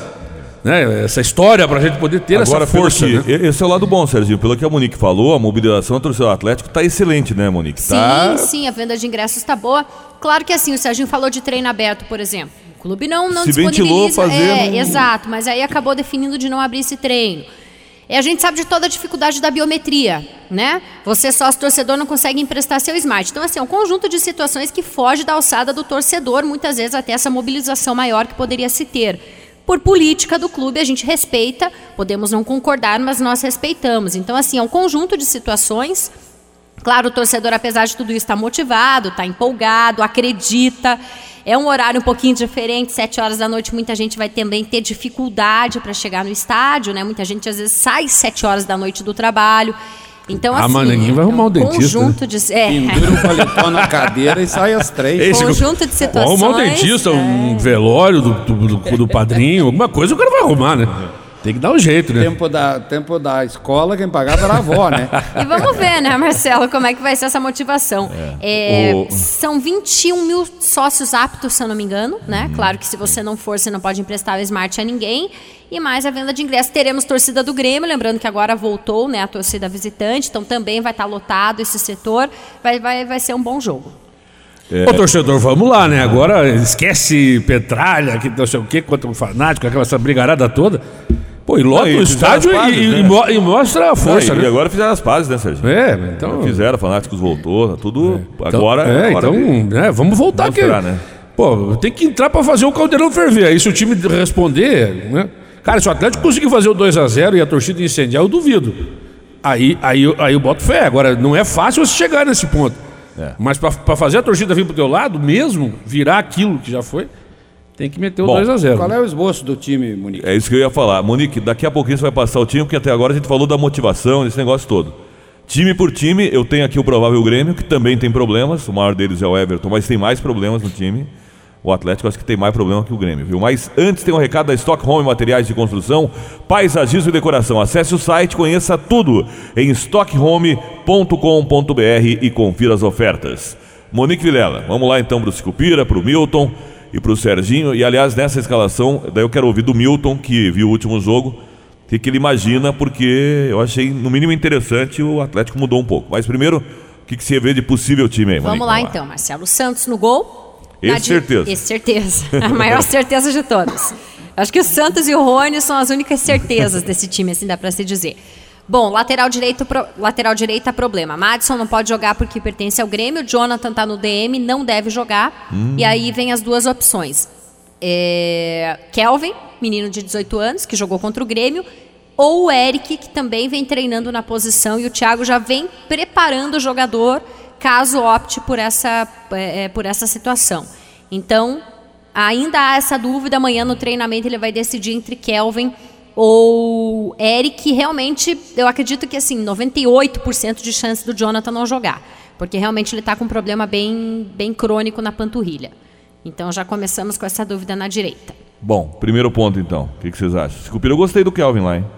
essa história pra gente poder ter essa força. Né? Esse é o lado bom, Serginho. Pelo que a Monique falou, a mobilização da torcida do Atlético tá excelente, né, Monique? Sim, a venda de ingressos tá boa. Claro que assim, o Serginho falou de treino aberto, por exemplo. O clube não se ventilou fazendo... Exato, mas aí acabou definindo de não abrir esse treino. E a gente sabe de toda a dificuldade da biometria, né? Você sócio torcedor não consegue emprestar seu smart. Então, assim, é um conjunto de situações que foge da alçada do torcedor, muitas vezes até essa mobilização maior que poderia se ter. Por política do clube, a gente respeita, podemos não concordar, mas nós respeitamos. Então, assim, é um conjunto de situações. Claro, o torcedor, apesar de tudo isso, está motivado, está empolgado, acredita. É um horário um pouquinho diferente, 7 horas da noite, muita gente vai também ter dificuldade para chegar no estádio, né? Muita gente, às vezes, sai 7 horas da noite do trabalho. Então, assim, mas ninguém vai arrumar um dentista. Conjunto de... Pendura um paletó na cadeira e sai às 3. Conjunto de situações. Arrumar um dentista, um velório do padrinho, alguma coisa o cara vai arrumar, né? Tem que dar um jeito, né? Tempo da escola, quem pagava era a avó, né? E vamos ver, né, Marcelo, como é que vai ser essa motivação. São 21 mil sócios aptos, se eu não me engano, né? Claro que se você não for, você não pode emprestar o Smart a ninguém. E mais a venda de ingressos. Teremos torcida do Grêmio, lembrando que agora voltou, né, a torcida visitante, então também vai estar lotado esse setor. Vai ser um bom jogo. Ô, torcedor, vamos lá, né? Agora esquece Petralha, que não sei o que, contra o Fanático, essa brigarada toda. Pô, e lota o estádio e mostra a força, né? E agora fizeram as pazes, né, Sérgio? Então... Fizeram, Fanáticos voltou, tudo... Então, agora vamos voltar aqui. Né? Pô, tem que entrar pra fazer o caldeirão ferver. Aí se o time responder, né? Cara, se o Atlético conseguir fazer o 2-0 e a torcida incendiar, eu duvido. Aí eu boto fé. Agora, não é fácil você chegar nesse ponto. Mas pra fazer a torcida vir pro teu lado, mesmo, virar aquilo que já foi, tem que meter o 2-0. Qual é o esboço do time, Monique? É isso que eu ia falar. Monique, daqui a pouquinho você vai passar o time, porque até agora a gente falou da motivação, desse negócio todo. Time por time, eu tenho aqui o provável Grêmio, que também tem problemas. O maior deles é o Everton, mas tem mais problemas no time. O Atlético acho que tem mais problema que o Grêmio, viu? Mas antes tem um recado da Stock Home Materiais de Construção, Paisagismo e Decoração. Acesse o site, conheça tudo em stockhome.com.br e confira as ofertas. Monique Vilela, vamos lá então para o Sicupira, para o Milton e para o Serginho. E aliás, nessa escalação, daí eu quero ouvir do Milton, que viu o último jogo, o que ele imagina, porque eu achei no mínimo interessante, o Atlético mudou um pouco. Mas primeiro, o que você vê de possível time aí, Monique? Vamos lá então, Marcelo Santos no gol. Certeza. A maior certeza de todas. Acho que o Santos e o Rony são as únicas certezas desse time, assim dá pra se dizer. Bom, lateral direita, problema. Madison não pode jogar porque pertence ao Grêmio. Jonathan tá no DM, não deve jogar. E aí vem as duas opções. Kelvin, menino de 18 anos, que jogou contra o Grêmio. Ou o Eric, que também vem treinando na posição. E o Thiago já vem preparando o jogador caso opte por essa situação. Então, ainda há essa dúvida. Amanhã no treinamento ele vai decidir entre Kelvin ou Eric. Realmente, eu acredito que assim, 98% de chance do Jonathan não jogar, porque realmente ele está com um problema bem crônico na panturrilha. Então já começamos com essa dúvida na direita. Bom, primeiro ponto então, o que vocês acham? Sicupira, eu gostei do Kelvin lá, hein?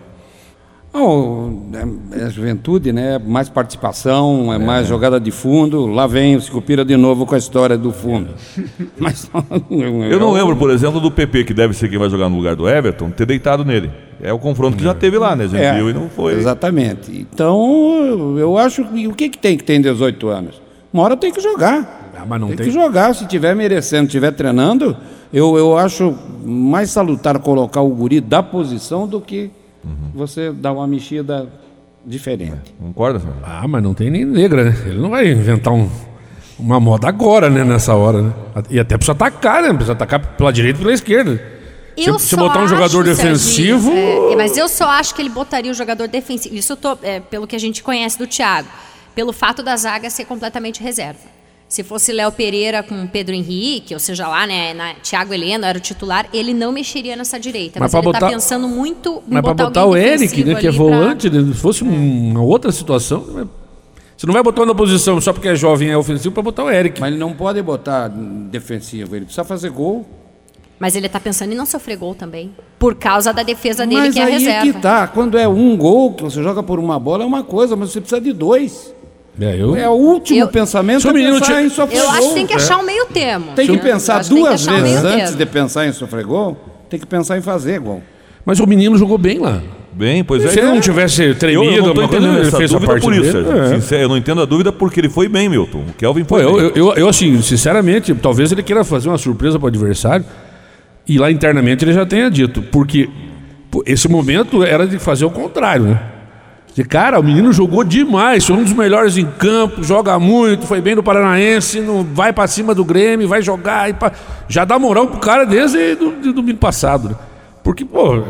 É juventude, né? Mais participação, mais jogada de fundo. Lá vem o Sicupira de novo com a história do fundo. Mas eu não lembro, por exemplo, do PP, que deve ser quem vai jogar no lugar do Everton, ter deitado nele. É o confronto que já teve lá, né? A gente viu e não foi. Exatamente. Então, eu acho que o que tem 18 anos? Uma hora tem que jogar. Mas não tem que jogar. Se estiver merecendo, estiver treinando, eu acho mais salutar colocar o guri da posição do que você dar uma mexida diferente. Concorda, senhor? Mas não tem nem negra, né? Ele não vai inventar uma moda agora, né? Nessa hora, né? E até precisa atacar, né? Precisa atacar pela direita e pela esquerda. Se botar um jogador defensivo... mas eu só acho que ele botaria o jogador defensivo. Isso pelo que a gente conhece do Thiago. Pelo fato da zaga ser completamente reserva. Se fosse Léo Pereira com Pedro Henrique, ou seja lá, né, Thiago Heleno era o titular, ele não mexeria nessa direita. Mas ele está pensando muito em botar o Eric, né, que é volante, se fosse uma outra situação... Você não vai botar na posição só porque é jovem e é ofensivo para botar o Eric. Mas ele não pode botar defensivo, ele precisa fazer gol. Mas ele está pensando em não sofrer gol também, por causa da defesa dele, mas que é a reserva. Mas aí que tá, quando é um gol, que você joga por uma bola, é uma coisa, mas você precisa de dois. É o último pensamento pensar em sofrer gol. Eu acho que tem que achar um meio termo. Tem que pensar duas vezes antes de pensar em sofrer gol, tem que pensar em fazer gol. Mas o menino jogou bem lá. Bem, pois Se ele não tivesse tremido, eu não tô entendendo ele fez a parte por isso. dele. Eu não entendo a dúvida porque ele foi bem, Milton. O Kelvin foi bem. Eu assim, sinceramente, talvez ele queira fazer uma surpresa para o adversário e lá internamente ele já tenha dito, porque esse momento era de fazer o contrário, né? Cara, o menino jogou demais, foi um dos melhores em campo, joga muito, foi bem no Paranaense, vai pra cima do Grêmio, vai jogar, já dá moral pro cara desde do domingo passado, né? Porque,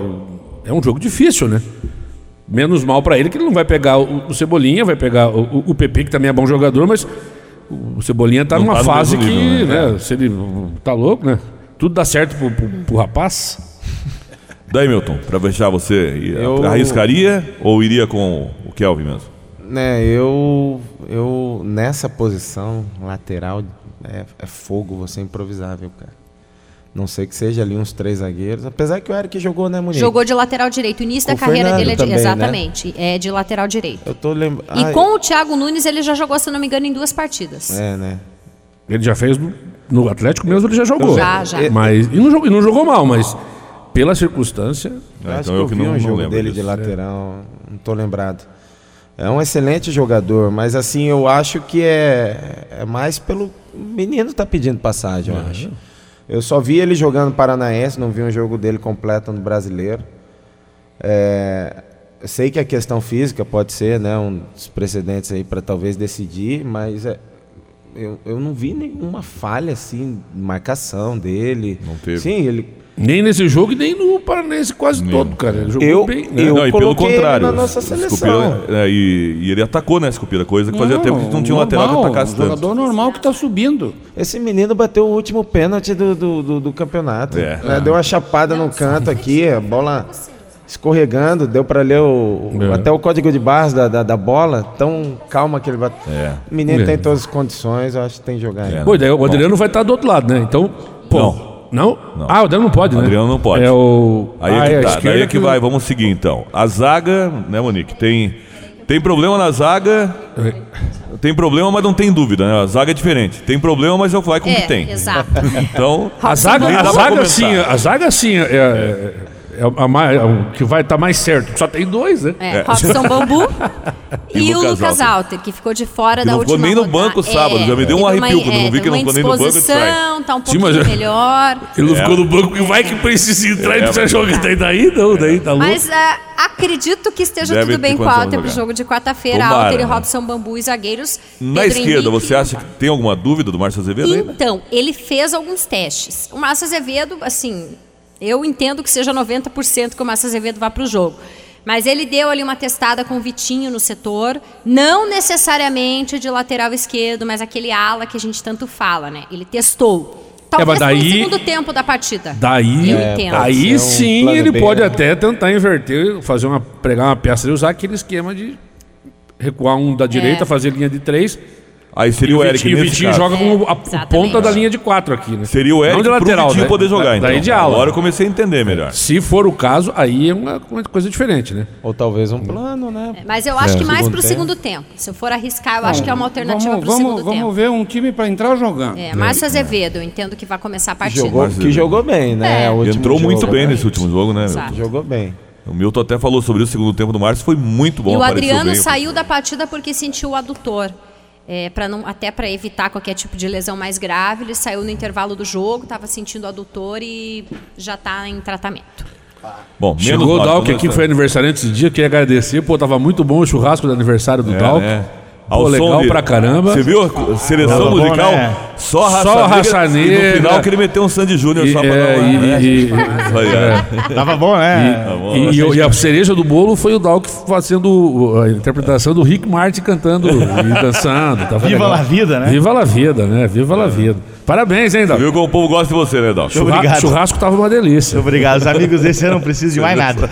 é um jogo difícil, né? Menos mal pra ele que ele não vai pegar o Cebolinha, vai pegar o PP, que também é bom jogador, mas o Cebolinha tá numa fase que, né? Se ele tá louco, né? Tudo dá certo pro rapaz. Daí, Milton, para fechar, você arriscaria ou iria com o Kelvin mesmo? Eu nessa posição lateral é fogo você improvisar, viu, cara? Não sei que seja ali uns 3 zagueiros, apesar que o Eric jogou, né, Monique? Jogou de lateral direito. O início da carreira dele também, exatamente, né? É de lateral direito. Eu tô lembrando. E com o Thiago Nunes ele já jogou, se não me engano, em 2 partidas. Né? Ele já fez no Atlético mesmo, ele já jogou. Já. Mas e não jogou mal, mas pela circunstância... Acho que eu vi um jogo dele de lateral, não tô lembrado. É um excelente jogador, mas assim, eu acho que é mais pelo O menino tá pedindo passagem, eu acho. Eu só vi ele jogando Paranaense, não vi um jogo dele completo no Brasileiro. Eu sei que a questão física pode ser, né, um dos precedentes aí para talvez decidir, mas eu não vi nenhuma falha assim de marcação dele. Não teve. Sim, ele Nem nesse jogo e nem no Paranaense quase todo, cara. Ele jogou bem, né? Não, e pelo contrário, na nossa seleção. Scupira, e ele atacou, né, Scupira, coisa que fazia tempo que não tinha um lateral que atacasse tanto. Jogador normal que tá subindo. Esse menino bateu o último pênalti do campeonato. Deu uma chapada no canto aqui, a bola escorregando, deu para ler até o código de barras da bola, tão calma que ele bateu. O menino tem todas as condições, eu acho que tem que jogar. Pô, daí o Adriano vai estar do outro lado, né? Então, pô. Não? Ah, o Adriano não pode, né? O Adriano não pode. Aí é que tá. Daí é que vai. Vamos seguir, então. A zaga, né, Monique? Tem problema na zaga. Tem problema, mas não tem dúvida, né? A zaga é diferente. Tem problema, mas vai com o que tem. Exato. Então, a zaga sim é o que vai estar mais certo. Só tem dois, né? Robson Bambu e o Lucas Alter, que ficou de fora da última rodada. Não ficou nem no banco sábado, já me deu um arrepio quando não vi que não ficou nem no banco. Tá um pouquinho melhor. Ele não ficou no banco e vai que precisa entrar e precisa jogar. Daí não, daí tá louco. Mas acredito que esteja tudo bem com o Alter pro jogo de quarta-feira. Alter e Robson Bambu e zagueiros. Na esquerda, você acha que tem alguma dúvida do Márcio Azevedo? Então, ele fez alguns testes. O Márcio Azevedo, assim... Eu entendo que seja 90% que o Márcio Azevedo vá para o jogo. Mas ele deu ali uma testada com o Vitinho no setor, não necessariamente de lateral esquerdo, mas aquele ala que a gente tanto fala, né? Ele testou. Talvez no segundo tempo da partida. Aí sim ele pode até tentar inverter, pregar uma peça e usar aquele esquema de recuar um da direita, fazer linha de 3. Aí seria o Eric. E o Vitinho joga com a ponta da linha de 4 aqui, né? Seria o Eric pro Vitinho poder jogar, então. Daí de ala. Agora eu comecei a entender melhor. Se for o caso, aí é uma coisa diferente, né? Ou talvez um plano, né? Mas eu acho que mais pro segundo tempo. Se eu for arriscar, eu acho que é uma alternativa pro segundo tempo. Vamos ver um time para entrar jogando. Márcio Azevedo, eu entendo que vai começar a partida. Jogou bem, né? Entrou muito bem nesse último jogo, né? Jogou bem. O Milton até falou sobre o segundo tempo do Márcio, foi muito bom. E o Adriano saiu da partida porque sentiu o adutor. Até para evitar qualquer tipo de lesão mais grave, ele saiu no intervalo do jogo, estava sentindo o adutor e já está em tratamento. Bom, chegou o Dalk aqui, foi aniversariante esse dia, queria agradecer, tava muito bom o churrasco do aniversário do Dalk. Pô, legal pra caramba. Você viu a seleção musical? Bom, né? Só a raça negra. E no final que ele meteu um Sandy Júnior só pra dar Tava bom, né? E a cereja do bolo foi o Dalk fazendo a interpretação do Rick Martin cantando e dançando. Viva la vida, né? Viva la vida, né? Viva la vida. Parabéns, hein, Dalk? Viu como o povo gosta de você, né, Dalk? Churrasco tava uma delícia. Obrigado. Os amigos desse eu não preciso de mais nada.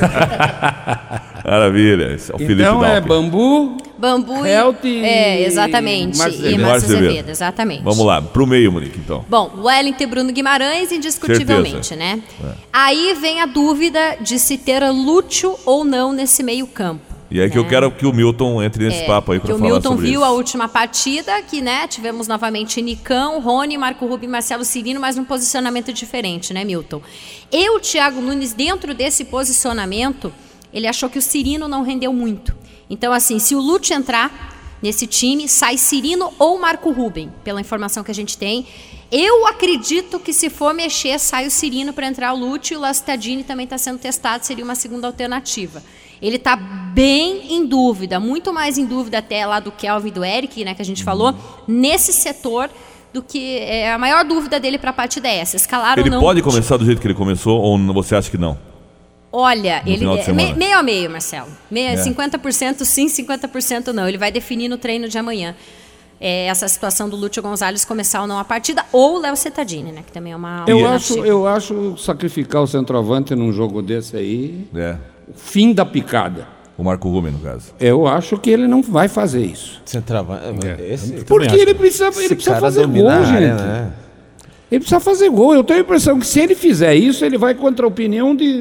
Maravilha. Esse é o Felipe Então Dalk. Bambu e... exatamente. E Márcio Azevedo, exatamente. Vamos lá, pro meio, Monique, então. Bom, Wellington e Bruno Guimarães, indiscutivelmente, né? Aí vem a dúvida de se ter Lúcio ou não nesse meio campo. E aí que eu quero que o Milton entre nesse papo aí para falar sobre isso. O Milton viu a última partida, que, né, tivemos novamente Nicão, Rony, Marco Rubio e Marcelo Cirino, mas num posicionamento diferente, né, Milton? E o Thiago Nunes, dentro desse posicionamento, ele achou que o Cirino não rendeu muito. Então, assim, se o Lúcio entrar nesse time, sai Cirino ou Marco Rubem, pela informação que a gente tem. Eu acredito que se for mexer, sai o Cirino para entrar o Lúcio, e o Lacitadini também está sendo testado, seria uma segunda alternativa. Ele está bem em dúvida, muito mais em dúvida até lá do Kelvin e do Eric, né, que a gente falou, nesse setor, do que a maior dúvida dele para a partida é essa, escalar ou não. Ele pode começar do jeito que ele começou ou você acha que não? Olha, ele meio a meio, Marcelo. 50% sim, 50% não. Ele vai definir no treino de amanhã. Essa situação do Lúcio Gonzalez começar ou não a partida, ou o Léo Cetadini, né, que também é uma... Eu acho sacrificar o centroavante num jogo desse aí, fim da picada. O Marco Rubem, no caso. Eu acho que ele não vai fazer isso. Centroavante? Porque ele precisa fazer gol, gente. Né? Ele precisa fazer gol. Eu tenho a impressão que se ele fizer isso, ele vai contra a opinião de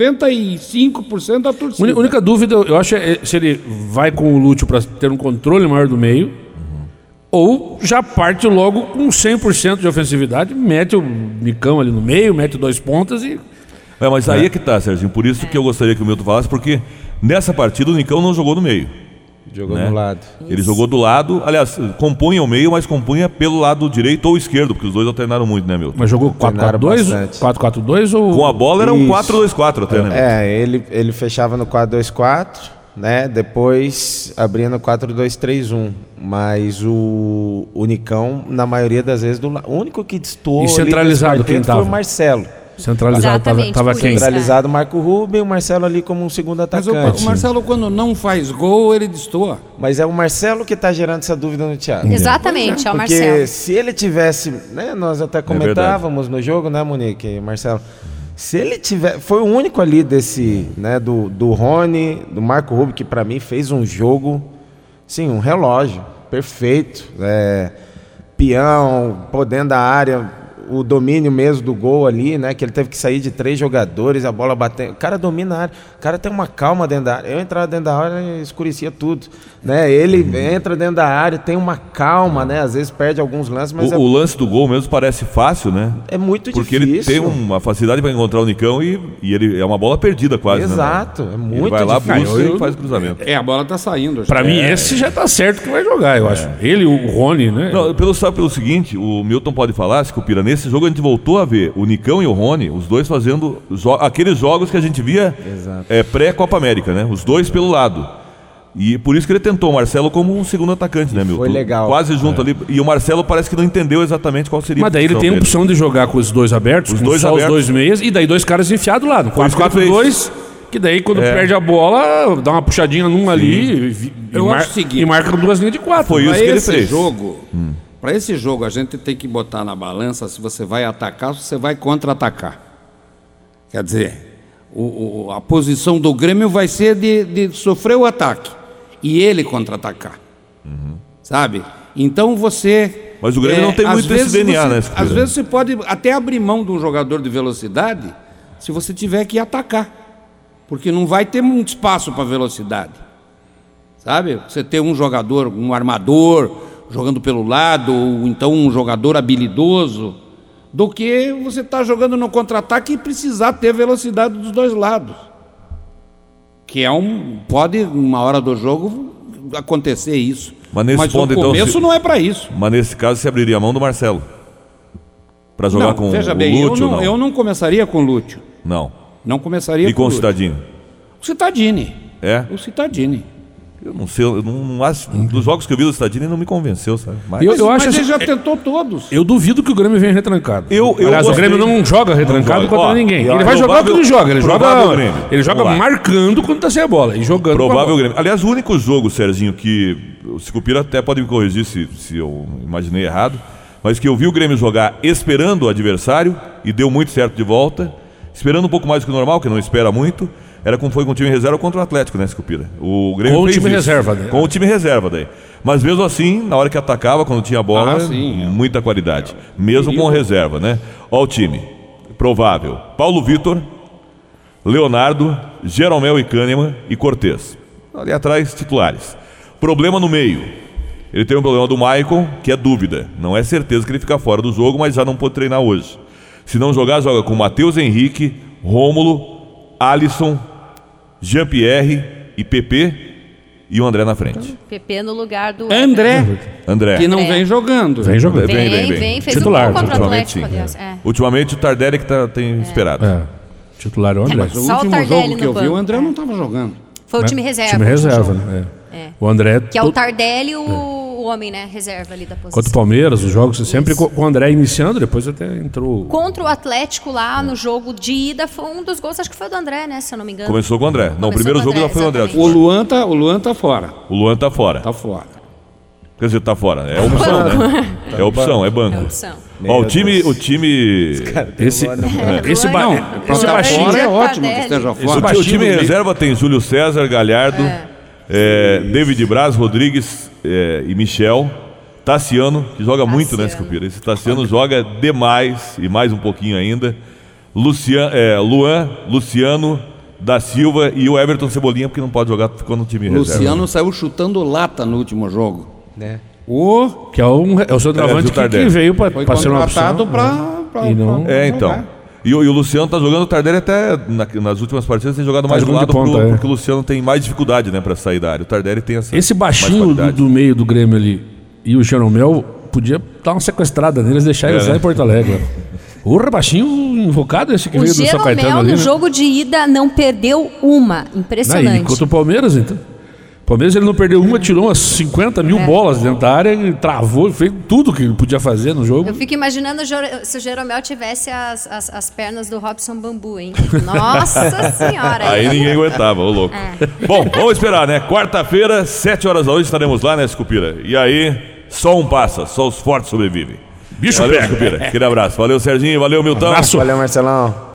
95% da torcida. A única dúvida, eu acho, é se ele vai com o Lúcio para ter um controle maior do meio, ou já parte logo com 100% de ofensividade, mete o Nicão ali no meio, mete 2 pontas e... mas aí é que tá, Serginho. Por isso que eu gostaria que o Milton falasse, porque nessa partida o Nicão não jogou no meio. Jogou no lado. Ele jogou do lado, aliás, compunha o meio, mas compunha pelo lado direito ou esquerdo, porque os dois alternaram muito, né, Milton? Mas jogou 4-4-2? 4-4-2 ou... Com a bola era um 4-2-4 até, né, Milton? Ele fechava no 4-2-4, né? Depois abria no 4-2-3-1. Mas o Nicão, na maioria das vezes, o único que destoou e centralizado quem foi o Marcelo. Centralizado estava quem? Centralizado Marco Ruben, o Marcelo ali como um segundo atacante. Mas o Marcelo, quando não faz gol, ele destoa. Mas é o Marcelo que está gerando essa dúvida no Thiago. Exatamente, é o Marcelo. Porque se ele tivesse, né, nós até comentávamos no jogo, né, Monique, Marcelo, se ele tiver, foi o único ali desse, né, do Rony, do Marco Ruben, que para mim fez um jogo, sim, um relógio perfeito, peão, por dentro da área, o domínio mesmo do gol ali, né? Que ele teve que sair de 3 jogadores, a bola batendo. O cara domina a área, o cara tem uma calma dentro da área. Eu entrava dentro da área e escurecia tudo, né? Ele entra dentro da área, tem uma calma, né? Às vezes perde alguns lances, mas o lance do gol mesmo parece fácil, né? É muito porque difícil. Porque ele tem uma facilidade para encontrar o Nicão e ele é uma bola perdida quase. Exato, né? É muito ele vai lá, difícil. busca e faz cruzamento. A bola tá saindo. Para mim, esse já tá certo que vai jogar, eu acho. Ele, o Rony, né? Não, pelo seguinte, o Milton pode falar, Scupira, nesse jogo a gente voltou a ver o Nicão e o Rony, os dois fazendo aqueles jogos que a gente via pré-Copa América, né? Os dois pelo lado. E por isso que ele tentou o Marcelo como um segundo atacante, né, Milton? Foi legal. Quase junto ali. E o Marcelo parece que não entendeu exatamente qual seria a posição. Mas daí ele tem a opção de jogar com os dois abertos, os dois meias, e daí 2 caras enfiados lá. No 4-4-2, que daí quando perde a bola, dá uma puxadinha num ali e marca 2 linhas de 4. Foi isso que ele fez. Para esse jogo, a gente tem que botar na balança se você vai atacar ou se você vai contra-atacar. Quer dizer, a posição do Grêmio vai ser de sofrer o ataque e ele contra-atacar. Sabe? Então você... Mas o Grêmio não tem muito esse DNA, né? Às vezes você pode até abrir mão de um jogador de velocidade se você tiver que atacar. Porque não vai ter muito espaço para velocidade. Sabe? Você ter um jogador, um armador... jogando pelo lado, ou então um jogador habilidoso, do que você estar jogando no contra-ataque e precisar ter velocidade dos dois lados. Que pode, uma hora do jogo, acontecer isso. Mas ponto, no começo não é para isso. Mas nesse caso você abriria a mão do Marcelo para jogar com veja o bem, Lúcio? Eu não começaria com o Lúcio. Não começaria com o Cittadini? O Cittadini. O Cittadini. Eu não sei, eu não acho. Dos jogos que eu vi do Cittadini não me convenceu, sabe? Mas ele já tentou todos. Eu duvido que o Grêmio venha retrancado. Aliás, o Grêmio não joga retrancado contra ninguém. Ele vai jogar o que ele joga. Ele joga marcando quando tá sem a bola e jogando. Provável Grêmio. Aliás, o único jogo, Serginho, que o Scupira até pode me corrigir se eu imaginei errado, mas que eu vi o Grêmio jogar esperando o adversário e deu muito certo de volta, esperando um pouco mais do que o normal, que não espera muito. Foi com o time reserva contra o Atlético, né, Scupira? O Grêmio com o time reserva, né? Com o time reserva daí. Mas mesmo assim, na hora que atacava, quando tinha bola, muita qualidade. Mesmo com a reserva, né? Ó o time. Provável. Paulo Vitor, Leonardo, Jeromel e Kahneman e Cortez. Ali atrás, titulares. Problema no meio. Ele tem um problema do Maicon, que é dúvida. Não é certeza que ele fica fora do jogo, mas já não pode treinar hoje. Se não jogar, joga com Matheus Henrique, Rômulo, Alisson, Jean-Pierre e PP e o André na frente. PP no lugar do André. Que não vem jogando. Vem jogando. Vem, fez titular, um gol contra o Atlético, aliás. Ultimamente o Tardelli que tem esperado. Titular é o André. Mas o último jogo que eu vi, o André não estava jogando. Foi o time reserva. Time reserva, né? O André... Que é o Tardelli e o homem, né? Reserva ali da posição. Contra o Palmeiras, os jogos sempre com o André iniciando, depois até entrou... Contra o Atlético lá no jogo de ida, foi um dos gols, acho que foi do André, né? Se eu não me engano. Começou com o André. Não, o primeiro jogo já foi o André. O Luan tá fora. O Luan tá fora. Tá fora. Quer dizer, tá fora. É opção, né? É opção, é banco. É opção. Ó, o time... Esse fora é ótimo que esteja fora. O time reserva tem Júlio César, Galhardo, David Braz, Rodrigues e Michel. Tassiano, que joga muito, né, Scupira? Esse Tassiano joga demais e mais um pouquinho ainda. Luan, Luciano da Silva e o Everton Cebolinha, porque não pode jogar, ficou no time reserva. Luciano saiu chutando lata no último jogo. Que é o centroavante que veio para ser uma opção. para então. E o Luciano tá jogando, o Tardelli até nas últimas partidas tem jogado mais do lado porque o Luciano tem mais dificuldade, né, pra sair da área. O Tardelli tem esse baixinho do meio do Grêmio ali e o Jeromel podia dar uma sequestrada neles, deixar eles lá em Porto Alegre. Porra, baixinho invocado esse que veio do São Caetano ali. O Jeromel no jogo de ida não perdeu uma. Impressionante. Contra o Palmeiras, então. O Palmeiras ele não perdeu uma, tirou umas 50 mil bolas dentro da área e travou, fez tudo que ele podia fazer no jogo. Eu fico imaginando se o Jeromel tivesse as pernas do Robson Bambu, hein? Nossa Senhora! Aí ninguém aguentava, ô louco. Bom, vamos esperar, né? Quarta-feira, 7 horas da noite, estaremos lá, né, Scupira? E aí, só um passa, só os fortes sobrevivem. Bicho, valeu, Scupira. Aquele abraço. Valeu, Serginho. Valeu, Milton. Valeu, Marcelão.